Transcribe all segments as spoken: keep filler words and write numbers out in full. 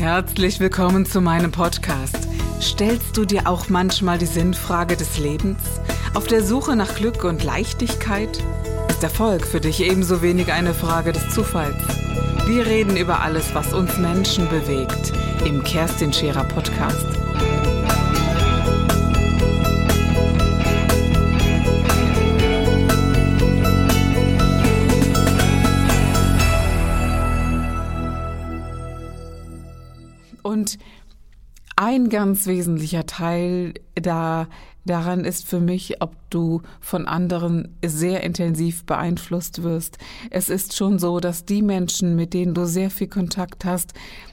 Herzlich willkommen zu meinem Podcast. Stellst du dir auch manchmal die Sinnfrage des Lebens? Auf der Suche nach Glück und Leichtigkeit? Ist Erfolg für dich ebenso wenig eine Frage des Zufalls? Wir reden über alles, was uns Menschen bewegt, im Kerstin Scherer Podcast. Und ein ganz wesentlicher Teil da, daran ist für mich, ob du von anderen sehr intensiv beeinflusst wirst. Es ist schon so, dass die Menschen, mit denen du sehr viel Kontakt hast,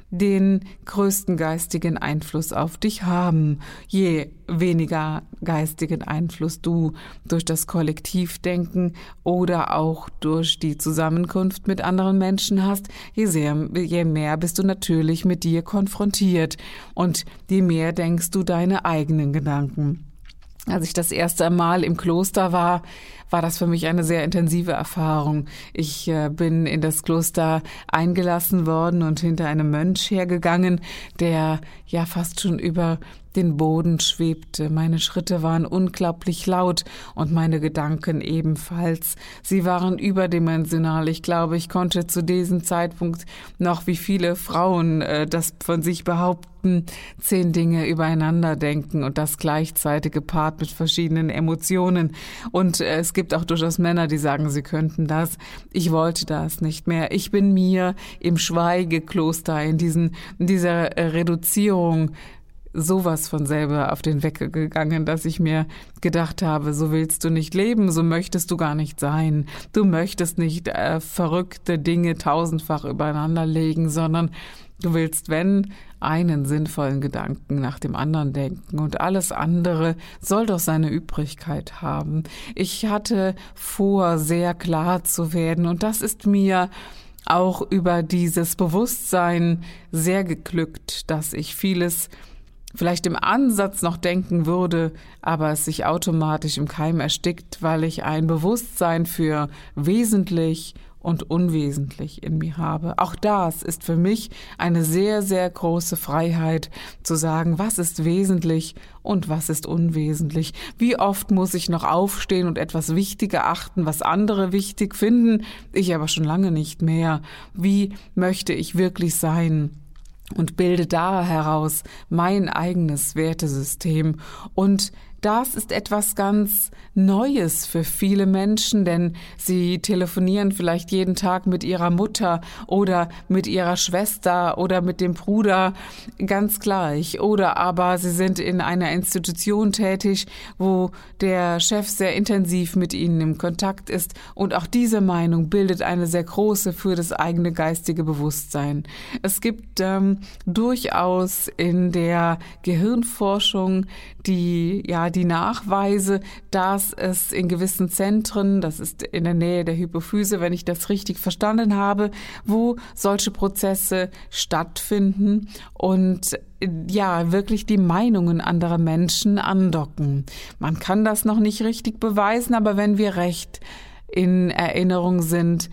den größten geistigen Einfluss auf dich haben. Je weniger geistigen Einfluss du durch das Kollektivdenken oder auch durch die Zusammenkunft mit anderen Menschen hast, je, sehr, je mehr bist du natürlich mit dir konfrontiert und je mehr denkst du deine eigenen Gedanken. Als ich das erste Mal im Kloster war, war das für mich eine sehr intensive Erfahrung. Ich äh, bin in das Kloster eingelassen worden und hinter einem Mönch hergegangen, der ja fast schon über den Boden schwebte. Meine Schritte waren unglaublich laut und meine Gedanken ebenfalls. Sie waren überdimensional. Ich glaube, ich konnte zu diesem Zeitpunkt noch, wie viele Frauen äh, das von sich behaupten, zehn Dinge übereinander denken und das gleichzeitig gepaart mit verschiedenen Emotionen. Und äh, es gibt auch durchaus Männer, die sagen, sie könnten das. Ich wollte das nicht mehr. Ich bin mir im Schweigekloster, in diesen, in dieser äh, Reduzierung sowas von selber auf den Wecker gegangen, dass ich mir gedacht habe, so willst du nicht leben, so möchtest du gar nicht sein. Du möchtest nicht äh, verrückte Dinge tausendfach übereinander legen, sondern du willst, wenn, einen sinnvollen Gedanken nach dem anderen denken und alles andere soll doch seine Übrigkeit haben. Ich hatte vor, sehr klar zu werden und das ist mir auch über dieses Bewusstsein sehr geglückt, dass ich vieles vielleicht im Ansatz noch denken würde, aber es sich automatisch im Keim erstickt, weil ich ein Bewusstsein für wesentlich und unwesentlich in mir habe. Auch das ist für mich eine sehr, sehr große Freiheit, zu sagen, was ist wesentlich und was ist unwesentlich. Wie oft muss ich noch aufstehen und etwas wichtig erachten, was andere wichtig finden, ich aber schon lange nicht mehr. Wie möchte ich wirklich sein? Und bilde da heraus mein eigenes Wertesystem. Und das ist etwas ganz Neues für viele Menschen, denn sie telefonieren vielleicht jeden Tag mit ihrer Mutter oder mit ihrer Schwester oder mit dem Bruder, ganz gleich. Oder aber sie sind in einer Institution tätig, wo der Chef sehr intensiv mit ihnen im Kontakt ist. Und auch diese Meinung bildet eine sehr große für das eigene geistige Bewusstsein. Es gibt ähm, durchaus in der Gehirnforschung die, ja, die Nachweise, dass es in gewissen Zentren, das ist in der Nähe der Hypophyse, wenn ich das richtig verstanden habe, wo solche Prozesse stattfinden und ja, wirklich die Meinungen anderer Menschen andocken. Man kann das noch nicht richtig beweisen, aber wenn wir recht in Erinnerung sind,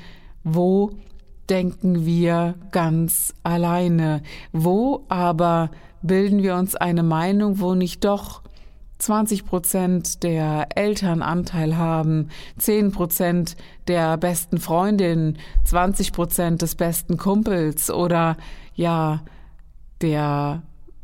wo denken wir ganz alleine? Wo aber bilden wir uns eine Meinung, wo nicht doch zwanzig Prozent der Eltern Anteil haben, zehn Prozent der besten Freundin, zwanzig Prozent des besten Kumpels oder ja, der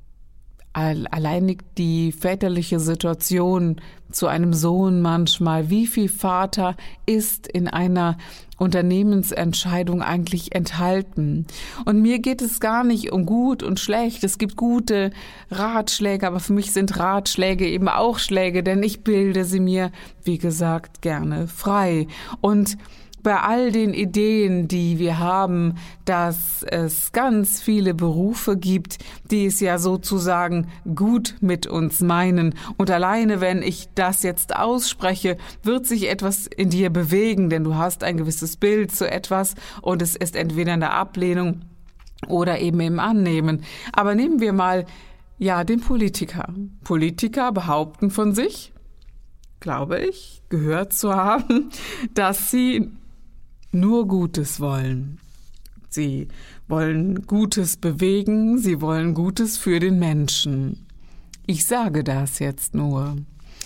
alleinig die väterliche Situation zu einem Sohn manchmal. Wie viel Vater ist in einer Unternehmensentscheidung eigentlich enthalten? Und mir geht es gar nicht um gut und schlecht. Es gibt gute Ratschläge, aber für mich sind Ratschläge eben auch Schläge, denn ich bilde sie mir, wie gesagt, gerne frei. Und bei all den Ideen, die wir haben, dass es ganz viele Berufe gibt, die es ja sozusagen gut mit uns meinen. Und alleine, wenn ich das jetzt ausspreche, wird sich etwas in dir bewegen, denn du hast ein gewisses Bild zu etwas und es ist entweder eine Ablehnung oder eben im Annehmen. Aber nehmen wir mal, ja, den Politiker. Politiker behaupten von sich, glaube ich, gehört zu haben, dass sie nur Gutes wollen. Sie wollen Gutes bewegen, sie wollen Gutes für den Menschen. Ich sage das jetzt nur.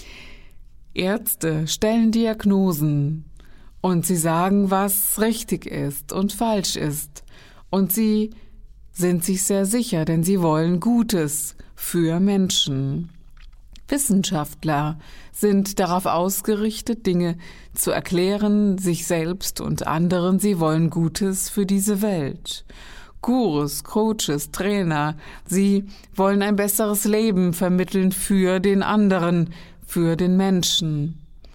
Ärzte stellen Diagnosen und sie sagen, was richtig ist und falsch ist. Und sie sind sich sehr sicher, denn sie wollen Gutes für Menschen. Wissenschaftler sind darauf ausgerichtet, Dinge zu erklären, sich selbst und anderen. Sie wollen Gutes für diese Welt. Gurus, Coaches, Trainer, sie wollen ein besseres Leben vermitteln für den anderen, für den Menschen.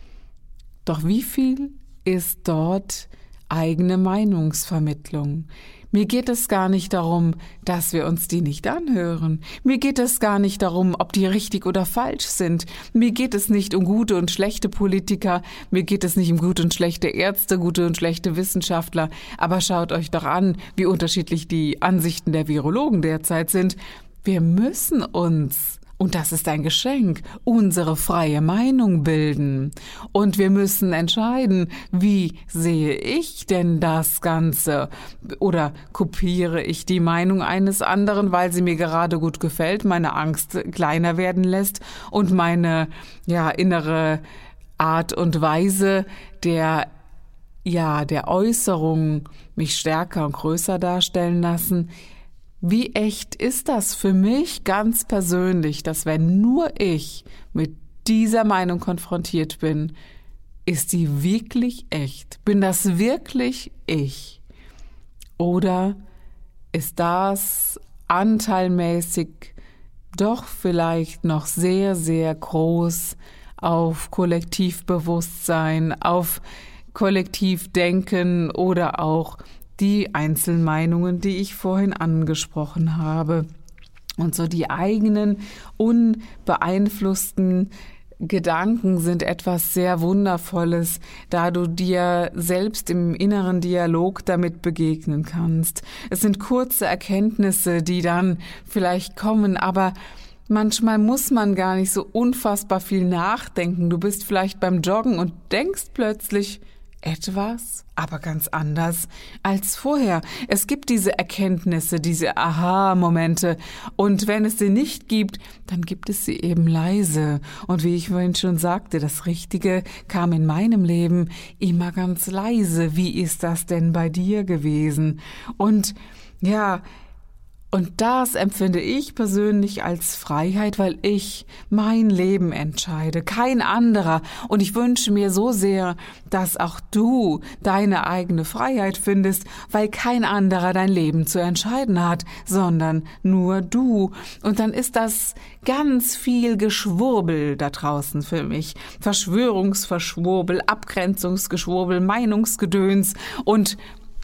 Doch wie viel ist dort eigene Meinungsvermittlung? Mir geht es gar nicht darum, dass wir uns die nicht anhören. Mir geht es gar nicht darum, ob die richtig oder falsch sind. Mir geht es nicht um gute und schlechte Politiker. Mir geht es nicht um gute und schlechte Ärzte, gute und schlechte Wissenschaftler. Aber schaut euch doch an, wie unterschiedlich die Ansichten der Virologen derzeit sind. Wir müssen uns, und das ist ein Geschenk, unsere freie Meinung bilden. Und wir müssen entscheiden, wie sehe ich denn das Ganze? Oder kopiere ich die Meinung eines anderen, weil sie mir gerade gut gefällt, meine Angst kleiner werden lässt und meine, ja, innere Art und Weise der, ja, der Äußerung mich stärker und größer darstellen lassen? Wie echt ist das für mich ganz persönlich, dass wenn nur ich mit dieser Meinung konfrontiert bin, ist die wirklich echt? Bin das wirklich ich? Oder ist das anteilmäßig doch vielleicht noch sehr, sehr groß auf Kollektivbewusstsein, auf Kollektivdenken oder auch die Einzelmeinungen, die ich vorhin angesprochen habe. Und so die eigenen unbeeinflussten Gedanken sind etwas sehr Wundervolles, da du dir selbst im inneren Dialog damit begegnen kannst. Es sind kurze Erkenntnisse, die dann vielleicht kommen, aber manchmal muss man gar nicht so unfassbar viel nachdenken. Du bist vielleicht beim Joggen und denkst plötzlich etwas, aber ganz anders als vorher. Es gibt diese Erkenntnisse, diese Aha-Momente. Und wenn es sie nicht gibt, dann gibt es sie eben leise. Und wie ich vorhin schon sagte, das Richtige kam in meinem Leben immer ganz leise. Wie ist das denn bei dir gewesen? Und ja, Und das empfinde ich persönlich als Freiheit, weil ich mein Leben entscheide, kein anderer. Und ich wünsche mir so sehr, dass auch du deine eigene Freiheit findest, weil kein anderer dein Leben zu entscheiden hat, sondern nur du. Und dann ist das ganz viel Geschwurbel da draußen für mich. Verschwörungsverschwurbel, Abgrenzungsgeschwurbel, Meinungsgedöns und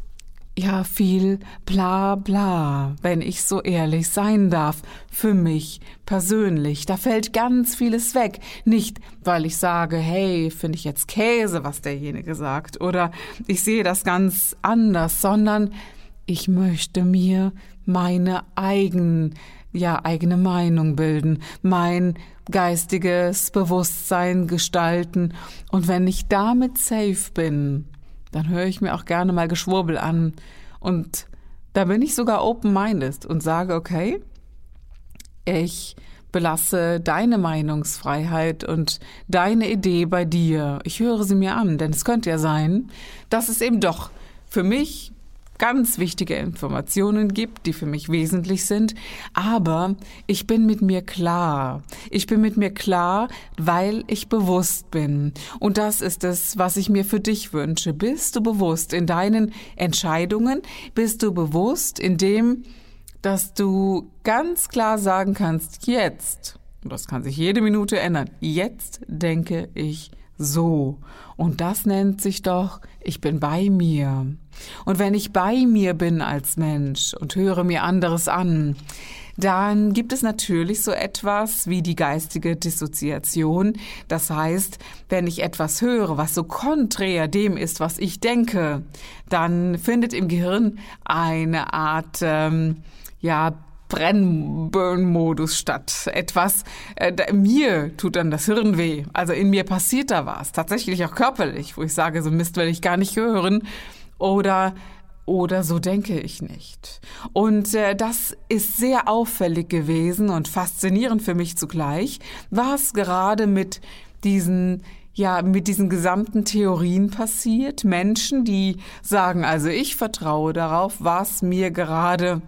ja, viel bla bla, wenn ich so ehrlich sein darf, für mich persönlich. Da fällt ganz vieles weg. Nicht, weil ich sage, hey, finde ich jetzt Käse, was derjenige sagt, oder ich sehe das ganz anders, sondern ich möchte mir meine eigenen, ja, eigene Meinung bilden, mein geistiges Bewusstsein gestalten. Und wenn ich damit safe bin, dann höre ich mir auch gerne mal Geschwurbel an. Und da bin ich sogar open-minded und sage, okay, ich belasse deine Meinungsfreiheit und deine Idee bei dir. Ich höre sie mir an, denn es könnte ja sein, dass es eben doch für mich ganz wichtige Informationen gibt, die für mich wesentlich sind, aber ich bin mit mir klar. Ich bin mit mir klar, weil ich bewusst bin. Und das ist es, was ich mir für dich wünsche. Bist du bewusst in deinen Entscheidungen? Bist du bewusst in dem, dass du ganz klar sagen kannst, jetzt, und das kann sich jede Minute ändern, jetzt denke ich so. Und das nennt sich doch, ich bin bei mir. Und wenn ich bei mir bin als Mensch und höre mir anderes an, dann gibt es natürlich so etwas wie die geistige Dissoziation. Das heißt, wenn ich etwas höre, was so konträr dem ist, was ich denke, dann findet im Gehirn eine Art, ähm, ja, Brenn-Burn-Modus statt. Etwas, äh, mir tut dann das Hirn weh. Also in mir passiert da was. Tatsächlich auch körperlich, wo ich sage, so Mist will ich gar nicht hören. Oder, oder so denke ich nicht. Und äh, das ist sehr auffällig gewesen und faszinierend für mich zugleich, was gerade mit diesen ja, mit diesen gesamten Theorien passiert. Menschen, die sagen, also ich vertraue darauf, was mir gerade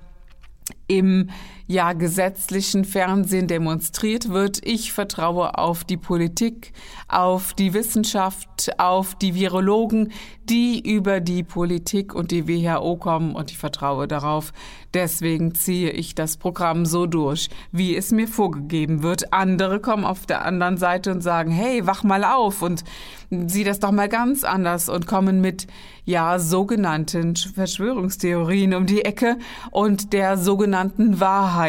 im ja gesetzlichen Fernsehen demonstriert wird. Ich vertraue auf die Politik, auf die Wissenschaft, auf die Virologen, die über die Politik und die W H O kommen, und ich vertraue darauf. Deswegen ziehe ich das Programm so durch, wie es mir vorgegeben wird. Andere kommen auf der anderen Seite und sagen, hey, wach mal auf und sieh das doch mal ganz anders, und kommen mit ja sogenannten Verschwörungstheorien um die Ecke und der sogenannten Wahrheit.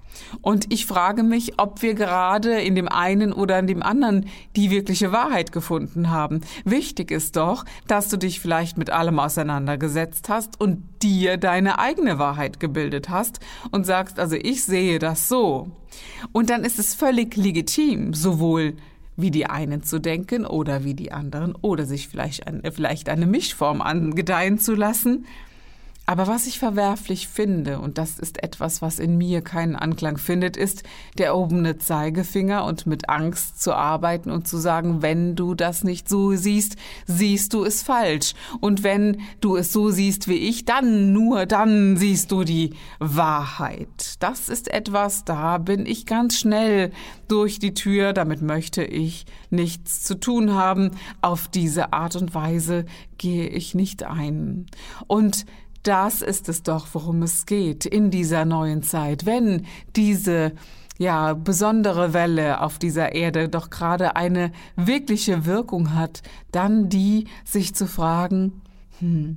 Und ich frage mich, ob wir gerade in dem einen oder in dem anderen die wirkliche Wahrheit gefunden haben. Wichtig ist doch, dass du dich vielleicht mit allem auseinandergesetzt hast und dir deine eigene Wahrheit gebildet hast und sagst, also ich sehe das so. Und dann ist es völlig legitim, sowohl wie die einen zu denken oder wie die anderen oder sich vielleicht, ein, vielleicht eine Mischform angedeihen zu lassen. Aber was ich verwerflich finde, und das ist etwas, was in mir keinen Anklang findet, ist der erhobene Zeigefinger und mit Angst zu arbeiten und zu sagen, wenn du das nicht so siehst, siehst du es falsch. Und wenn du es so siehst wie ich, dann, nur dann siehst du die Wahrheit. Das ist etwas, da bin ich ganz schnell durch die Tür, damit möchte ich nichts zu tun haben. Auf diese Art und Weise gehe ich nicht ein. Und das ist es doch, worum es geht in dieser neuen Zeit. Wenn diese ja besondere Welle auf dieser Erde doch gerade eine wirkliche Wirkung hat, dann die, sich zu fragen, hm,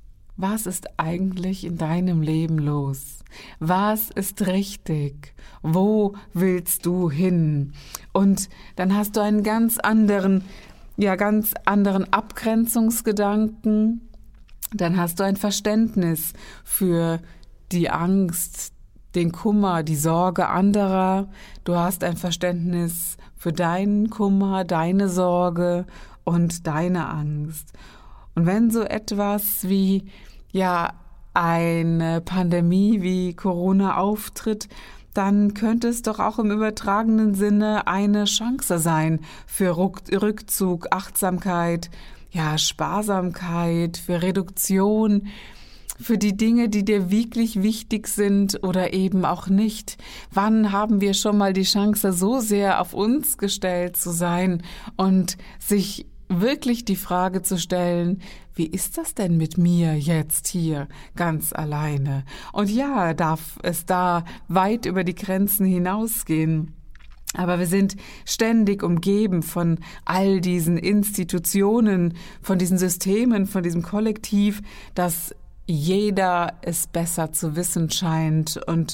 was ist eigentlich in deinem Leben los? Was ist richtig? Wo willst du hin? Und dann hast du einen ganz anderen, ja, ganz anderen Abgrenzungsgedanken. Dann hast du ein Verständnis für die Angst, den Kummer, die Sorge anderer. Du hast ein Verständnis für deinen Kummer, deine Sorge und deine Angst. Und wenn so etwas wie ja eine Pandemie wie Corona auftritt, dann könnte es doch auch im übertragenen Sinne eine Chance sein für Rückzug, Achtsamkeit, ja, Sparsamkeit, für Reduktion, für die Dinge, die dir wirklich wichtig sind oder eben auch nicht. Wann haben wir schon mal die Chance, so sehr auf uns gestellt zu sein und sich wirklich die Frage zu stellen, wie ist das denn mit mir jetzt hier ganz alleine? Und ja, darf es da weit über die Grenzen hinausgehen. Aber wir sind ständig umgeben von all diesen Institutionen, von diesen Systemen, von diesem Kollektiv, dass jeder es besser zu wissen scheint. Und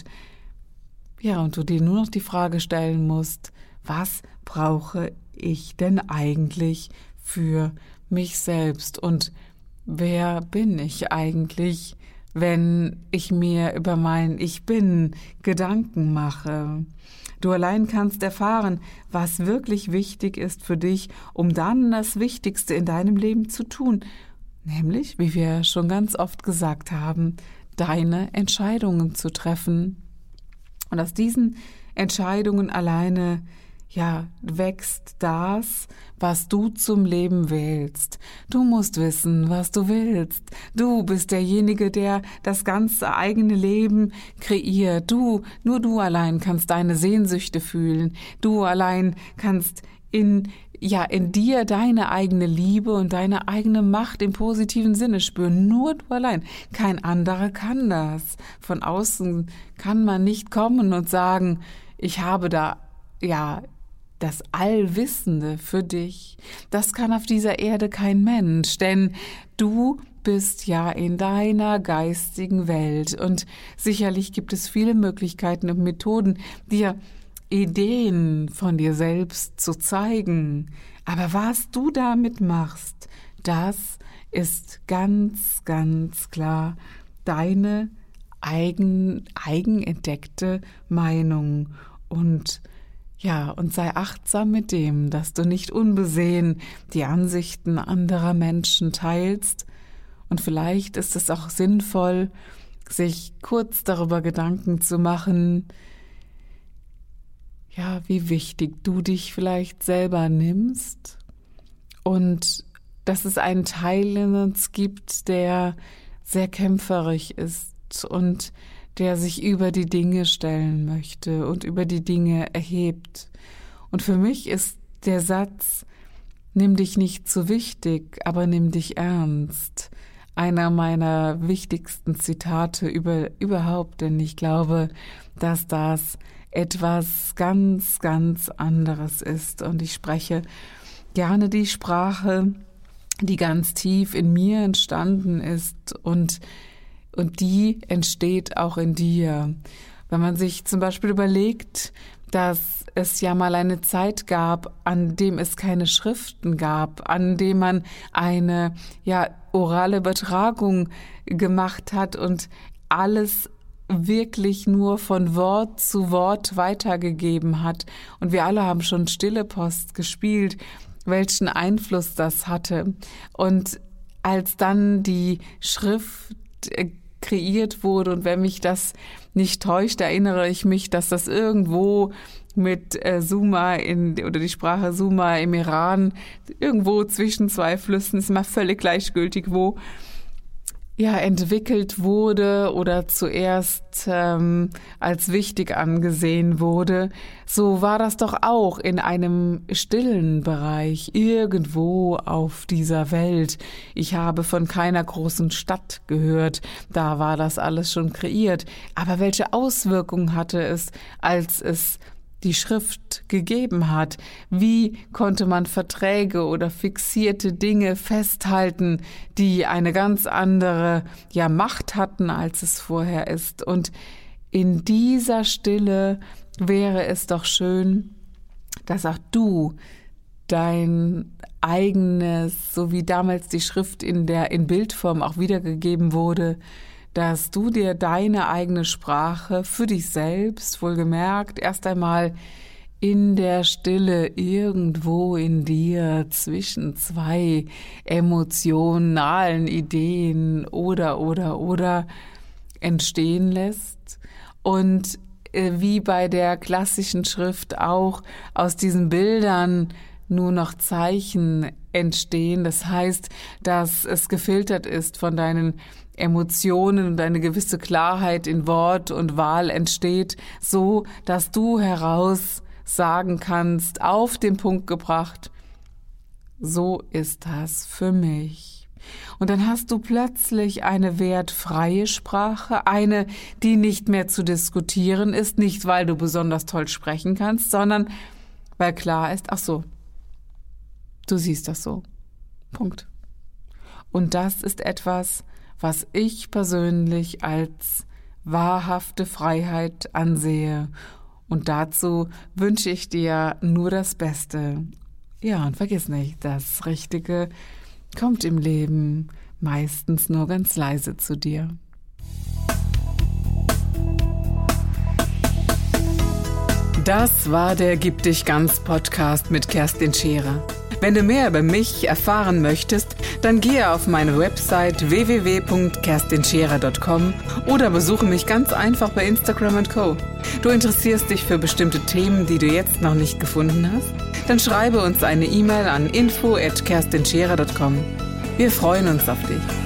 ja, und du dir nur noch die Frage stellen musst, was brauche ich denn eigentlich für mich selbst? Und wer bin ich eigentlich, wenn ich mir über mein Ich Bin Gedanken mache? Du allein kannst erfahren, was wirklich wichtig ist für dich, um dann das Wichtigste in deinem Leben zu tun. Nämlich, wie wir schon ganz oft gesagt haben, deine Entscheidungen zu treffen. Und aus diesen Entscheidungen alleine ja, wächst das, was du zum Leben wählst. Du musst wissen, was du willst. Du bist derjenige, der das ganze eigene Leben kreiert. Du, nur du allein kannst deine Sehnsüchte fühlen. Du allein kannst in, ja, in dir deine eigene Liebe und deine eigene Macht im positiven Sinne spüren. Nur du allein. Kein anderer kann das. Von außen kann man nicht kommen und sagen, ich habe da, ja, das Allwissende für dich. Das kann auf dieser Erde kein Mensch, denn du bist ja in deiner geistigen Welt und sicherlich gibt es viele Möglichkeiten und Methoden, dir Ideen von dir selbst zu zeigen. Aber was du damit machst, das ist ganz, ganz klar deine eigen, eigenentdeckte Meinung. Und ja, und sei achtsam mit dem, dass du nicht unbesehen die Ansichten anderer Menschen teilst Und vielleicht ist es auch sinnvoll, sich kurz darüber Gedanken zu machen, ja, wie wichtig du dich vielleicht selber nimmst und dass es einen Teil in uns gibt, der sehr kämpferig ist und der sich über die Dinge stellen möchte und über die Dinge erhebt. Und für mich ist der Satz, nimm dich nicht zu wichtig, aber nimm dich ernst, einer meiner wichtigsten Zitate über, überhaupt, denn ich glaube, dass das etwas ganz, ganz anderes ist. Und ich spreche gerne die Sprache, die ganz tief in mir entstanden ist und, und die entsteht auch in dir. Wenn man sich zum Beispiel überlegt, dass es ja mal eine Zeit gab, an dem es keine Schriften gab, an dem man eine ja orale Übertragung gemacht hat und alles wirklich nur von Wort zu Wort weitergegeben hat. Und wir alle haben schon Stille Post gespielt, welchen Einfluss das hatte. Und als dann die Schrift kreiert wurde, und wenn mich das nicht täuscht, erinnere ich mich, dass das irgendwo mit äh, Suma in oder die Sprache Suma im Iran irgendwo zwischen zwei Flüssen, ist immer völlig gleichgültig wo, ja entwickelt wurde oder zuerst ähm, als wichtig angesehen wurde. So war das doch auch in einem stillen Bereich irgendwo auf dieser Welt. Ich habe von keiner großen Stadt gehört, da war das alles schon kreiert. Aber welche Auswirkungen hatte es, als es die Schrift gegeben hat? Wie konnte man Verträge oder fixierte Dinge festhalten, die eine ganz andere ja, Macht hatten, als es vorher ist? Und in dieser Stille wäre es doch schön, dass auch du dein eigenes, so wie damals die Schrift in der in Bildform auch wiedergegeben wurde, dass du dir deine eigene Sprache für dich selbst, wohlgemerkt, erst einmal in der Stille irgendwo in dir zwischen zwei emotionalen Ideen oder, oder, oder entstehen lässt und äh, wie bei der klassischen Schrift auch aus diesen Bildern nur noch Zeichen entstehen. Das heißt, dass es gefiltert ist von deinen Emotionen und eine gewisse Klarheit in Wort und Wahl entsteht, so dass du heraus sagen kannst, auf den Punkt gebracht, so ist das für mich. Und dann hast du plötzlich eine wertfreie Sprache, eine, die nicht mehr zu diskutieren ist, nicht weil du besonders toll sprechen kannst, sondern weil klar ist, ach so, du siehst das so. Punkt. Und das ist etwas, was ich persönlich als wahrhafte Freiheit ansehe. Und dazu wünsche ich dir nur das Beste. Ja, und vergiss nicht, das Richtige kommt im Leben meistens nur ganz leise zu dir. Das war der Gib dich ganz Podcast mit Kerstin Scherer. Wenn du mehr über mich erfahren möchtest, dann gehe auf meine Website w w w punkt kerstin scherer punkt com oder besuche mich ganz einfach bei Instagram und Co. Du interessierst dich für bestimmte Themen, die du jetzt noch nicht gefunden hast? Dann schreibe uns eine E-Mail an info at kerstin scherer punkt com. Wir freuen uns auf dich.